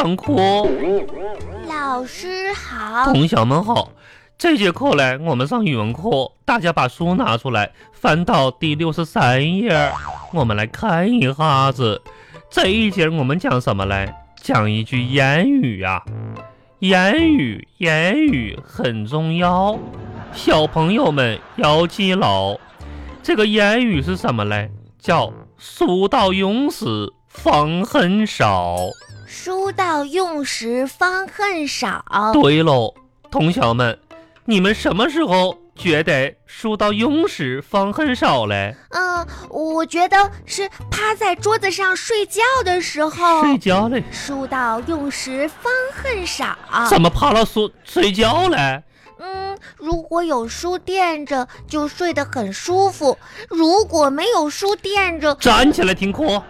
上课。 老师好。 同学们好，这节课呢，我们上语文课，大家把书拿出来，翻到第63页，我们来看一下子。这一节我们讲什么呢？讲一句谚语啊。言语很重要，小朋友们要记牢。这个言语是什么呢？叫书到用时方恨少。 书到用时方恨少。 对喽，同学们，你们什么时候觉得书到用时方恨少嘞？ 我觉得是趴在桌子上睡觉的时候。 睡觉嘞？ 书到用时方恨少。 怎么趴了睡觉嘞？ 如果有书垫着，就睡得很舒服；如果没有书垫着， 站起来听课。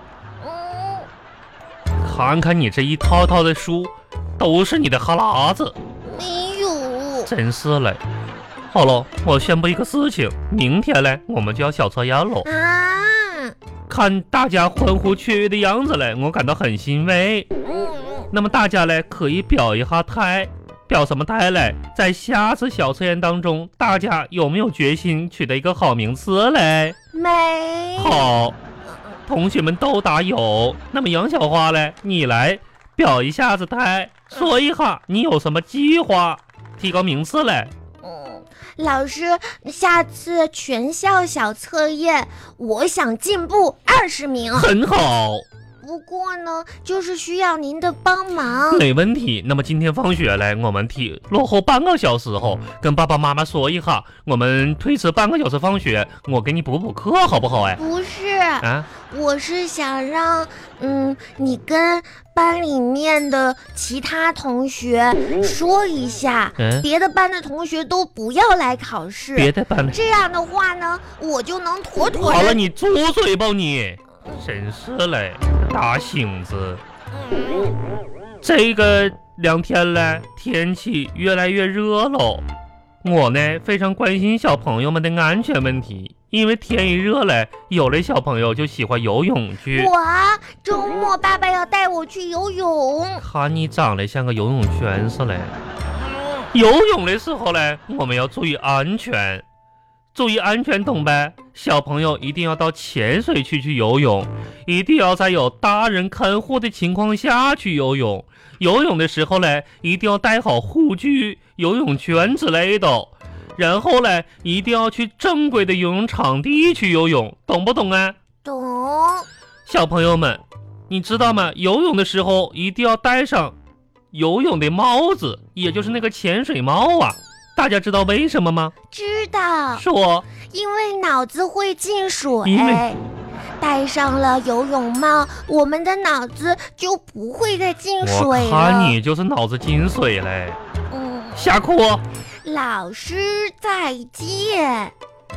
看看你这一套套的书，都是你的哈喇子。 没有。 真是嘞。好了，我宣布一个事情，明天呢，我们就要小测验喽。看大家欢呼雀跃的样子嘞，我感到很欣慰。那么大家呢，可以表一下态。表什么态嘞？在下次小测验当中，大家有没有决心取得一个好名次嘞？ 没。 好，同学们都答有。那么杨小花嘞，你来表一下子态，说一下你有什么计划提高名次嘞？ 老师，下次全校小测验，我想进步20名。 很好。 不过呢，就是需要您的帮忙。 没问题。那么今天放学来，我们落后半个小时后，跟爸爸妈妈说一下，我们推迟半个小时放学，我给你补课，好不好？ 不是啊，我是想让你跟班里面的其他同学说一下，别的班的同学都不要来考试。 别的班的， 这样的话呢，我就能妥妥的。 好了，你住嘴吧你！真是嘞，大星子。这个2天嘞，天气越来越热喽。我呢非常关心小朋友们的安全问题，因为天一热嘞，有的小朋友就喜欢游泳去。 周末爸爸要带我去游泳。 看你长得像个游泳圈似的。游泳的时候嘞，我们要注意安全。注意安全，懂呗？小朋友一定要到浅水区去游泳，一定要在有大人看护的情况下去游泳。游泳的时候呢，一定要带好护具、游泳圈之类的。然后呢，一定要去正规的游泳场地去游泳，懂不懂啊？ 懂。 小朋友们，你知道吗？游泳的时候一定要戴上游泳的帽子，也就是那个潜水帽啊。大家知道为什么吗？ 知道。 说。 因为脑子会进水。戴上了游泳帽，我们的脑子就不会再进水了。 我看你就是脑子进水嘞。下课。 老师再见。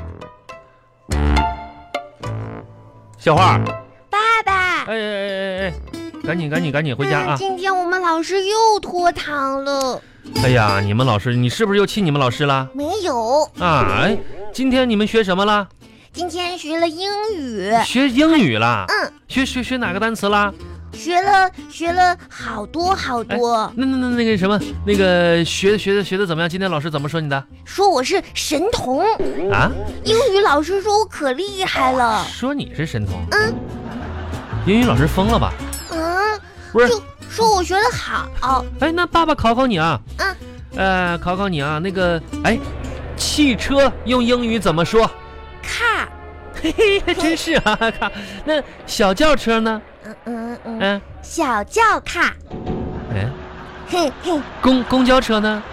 小花。 爸爸。 赶紧回家啊！ 今天我们老师又拖堂了。 哎呀，你们老师，你是不是又气你们老师了？ 没有啊。今天你们学什么了？ 今天学了英语。 学英语了？学哪个单词啦？ 学了好多。 那个什么，那个学的怎么样？今天老师怎么说你的？ 说我是神童啊！ 英语老师说我可厉害了。 说你是神童？英语老师疯了吧？不是。 就说我学得好。 那爸爸考考你啊。考考你啊。那个，汽车用英语怎么说？ car。 嘿嘿，还真是啊。那小轿车呢？ 小轿卡。 公交车呢？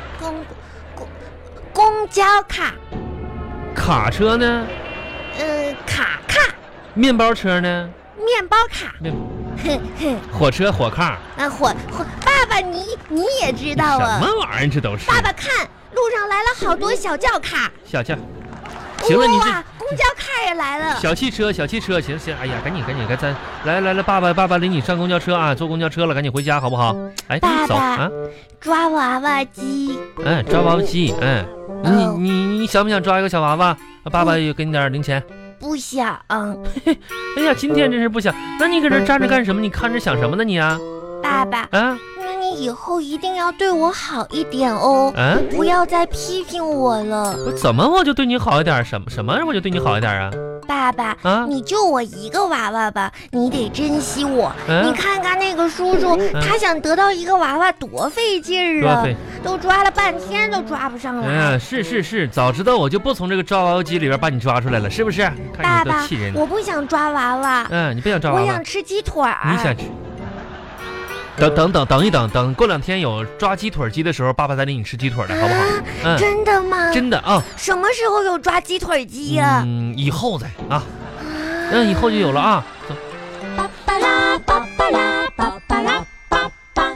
公交卡。 卡车呢？ 卡。 面包车呢？ 面包卡。 火车火炕。 爸爸你也知道啊？ 什么玩意儿这都是？ 爸爸看，路上来了好多小轿卡。 小轿。行了，你这公交卡也来了。 小汽车，行，哎呀，赶紧，咱来，爸爸领你上公交车啊，坐公交车了，赶紧回家好不好？ 爸爸走啊！ 抓娃娃机。 抓娃娃机。你想不想抓一个小娃娃？爸爸也给你点零钱。 不想。 哎呀，今天真是不想。那你搁这站着干什么？你看着想什么呢你啊？ 爸爸你以后一定要对我好一点哦，不要再批评我了。 怎么我就对你好一点？什么我就对你好一点啊？ 爸爸，你就我一个娃娃吧，你得珍惜我。你看看那个叔叔，他想得到一个娃娃多费劲啊，都抓了半天都抓不上来。 是，早知道我就不从这个抓娃娃机里边把你抓出来了，是不是？ 爸爸，我不想抓娃娃。 你不想抓娃娃？ 我想吃鸡腿。 你想吃？等一等，过2天有抓鸡腿机的时候，爸爸再领你吃鸡腿的，好不好？ 真的吗？ 真的啊。 什么时候有抓鸡腿机呀？ 以后再啊。以后就有了啊。走。 巴巴拉巴巴拉巴巴拉巴巴。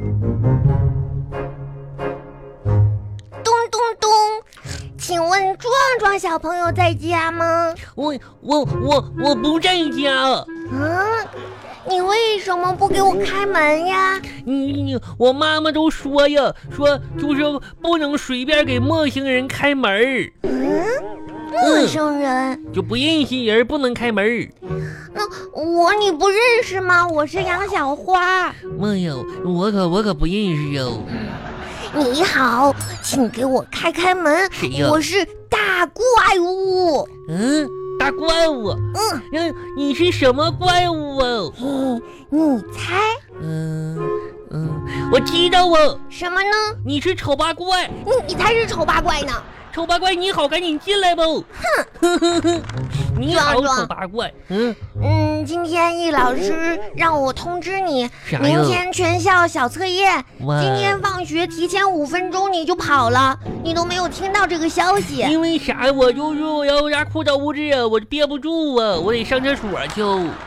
咚咚咚，请问壮小朋友在家吗？ 我不在家。 你为什么不给我开门呀？ 我妈妈都说呀，说就是不能随便给陌生人开门。 陌生人就不认识人不能开门。 那你不认识吗？我是杨小花。 没有，我可不认识哟。 你好，请给我开门。 谁呀？ 我是大怪物。 大怪物。你是什么怪物啊？ 你猜？ 我知道啊。 什么呢？ 你是丑八怪。 你才是丑八怪呢。 丑八怪你好，赶紧进来吧。 哼。 你好，丑八怪。 今天易老师让我通知你，明天全校小测验，今天放学提前5分钟你就跑了，你都没有听到这个消息。 因为啥？我要拉裤兜子啊，我憋不住啊，我得上厕所去。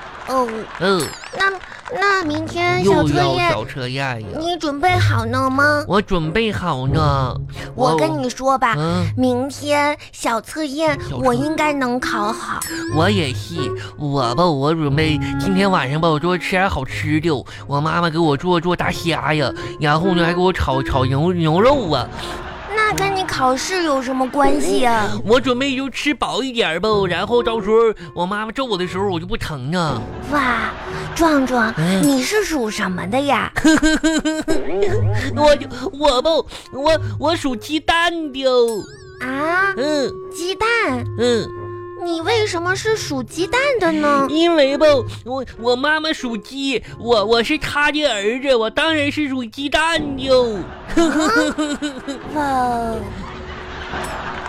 那明天小测验呀， 你准备好了吗？ 我准备好呢。 我跟你说吧，明天小测验我应该能考好。 我也是，我准备今天晚上吧，我多吃点好吃的。我妈妈给我做大虾呀，然后呢还给我炒牛肉啊。 那跟你考试有什么关系啊？ 我准备就吃饱一点吧，然后到时候我妈妈揍我的时候我就不疼啊。 哇，壮，你是属什么的呀？ 我属鸡蛋的。 啊？鸡蛋？你为什么是属鸡蛋的呢？ 因为吧，我妈妈属鸡，我是她的儿子，我当然是属鸡蛋的。 哇。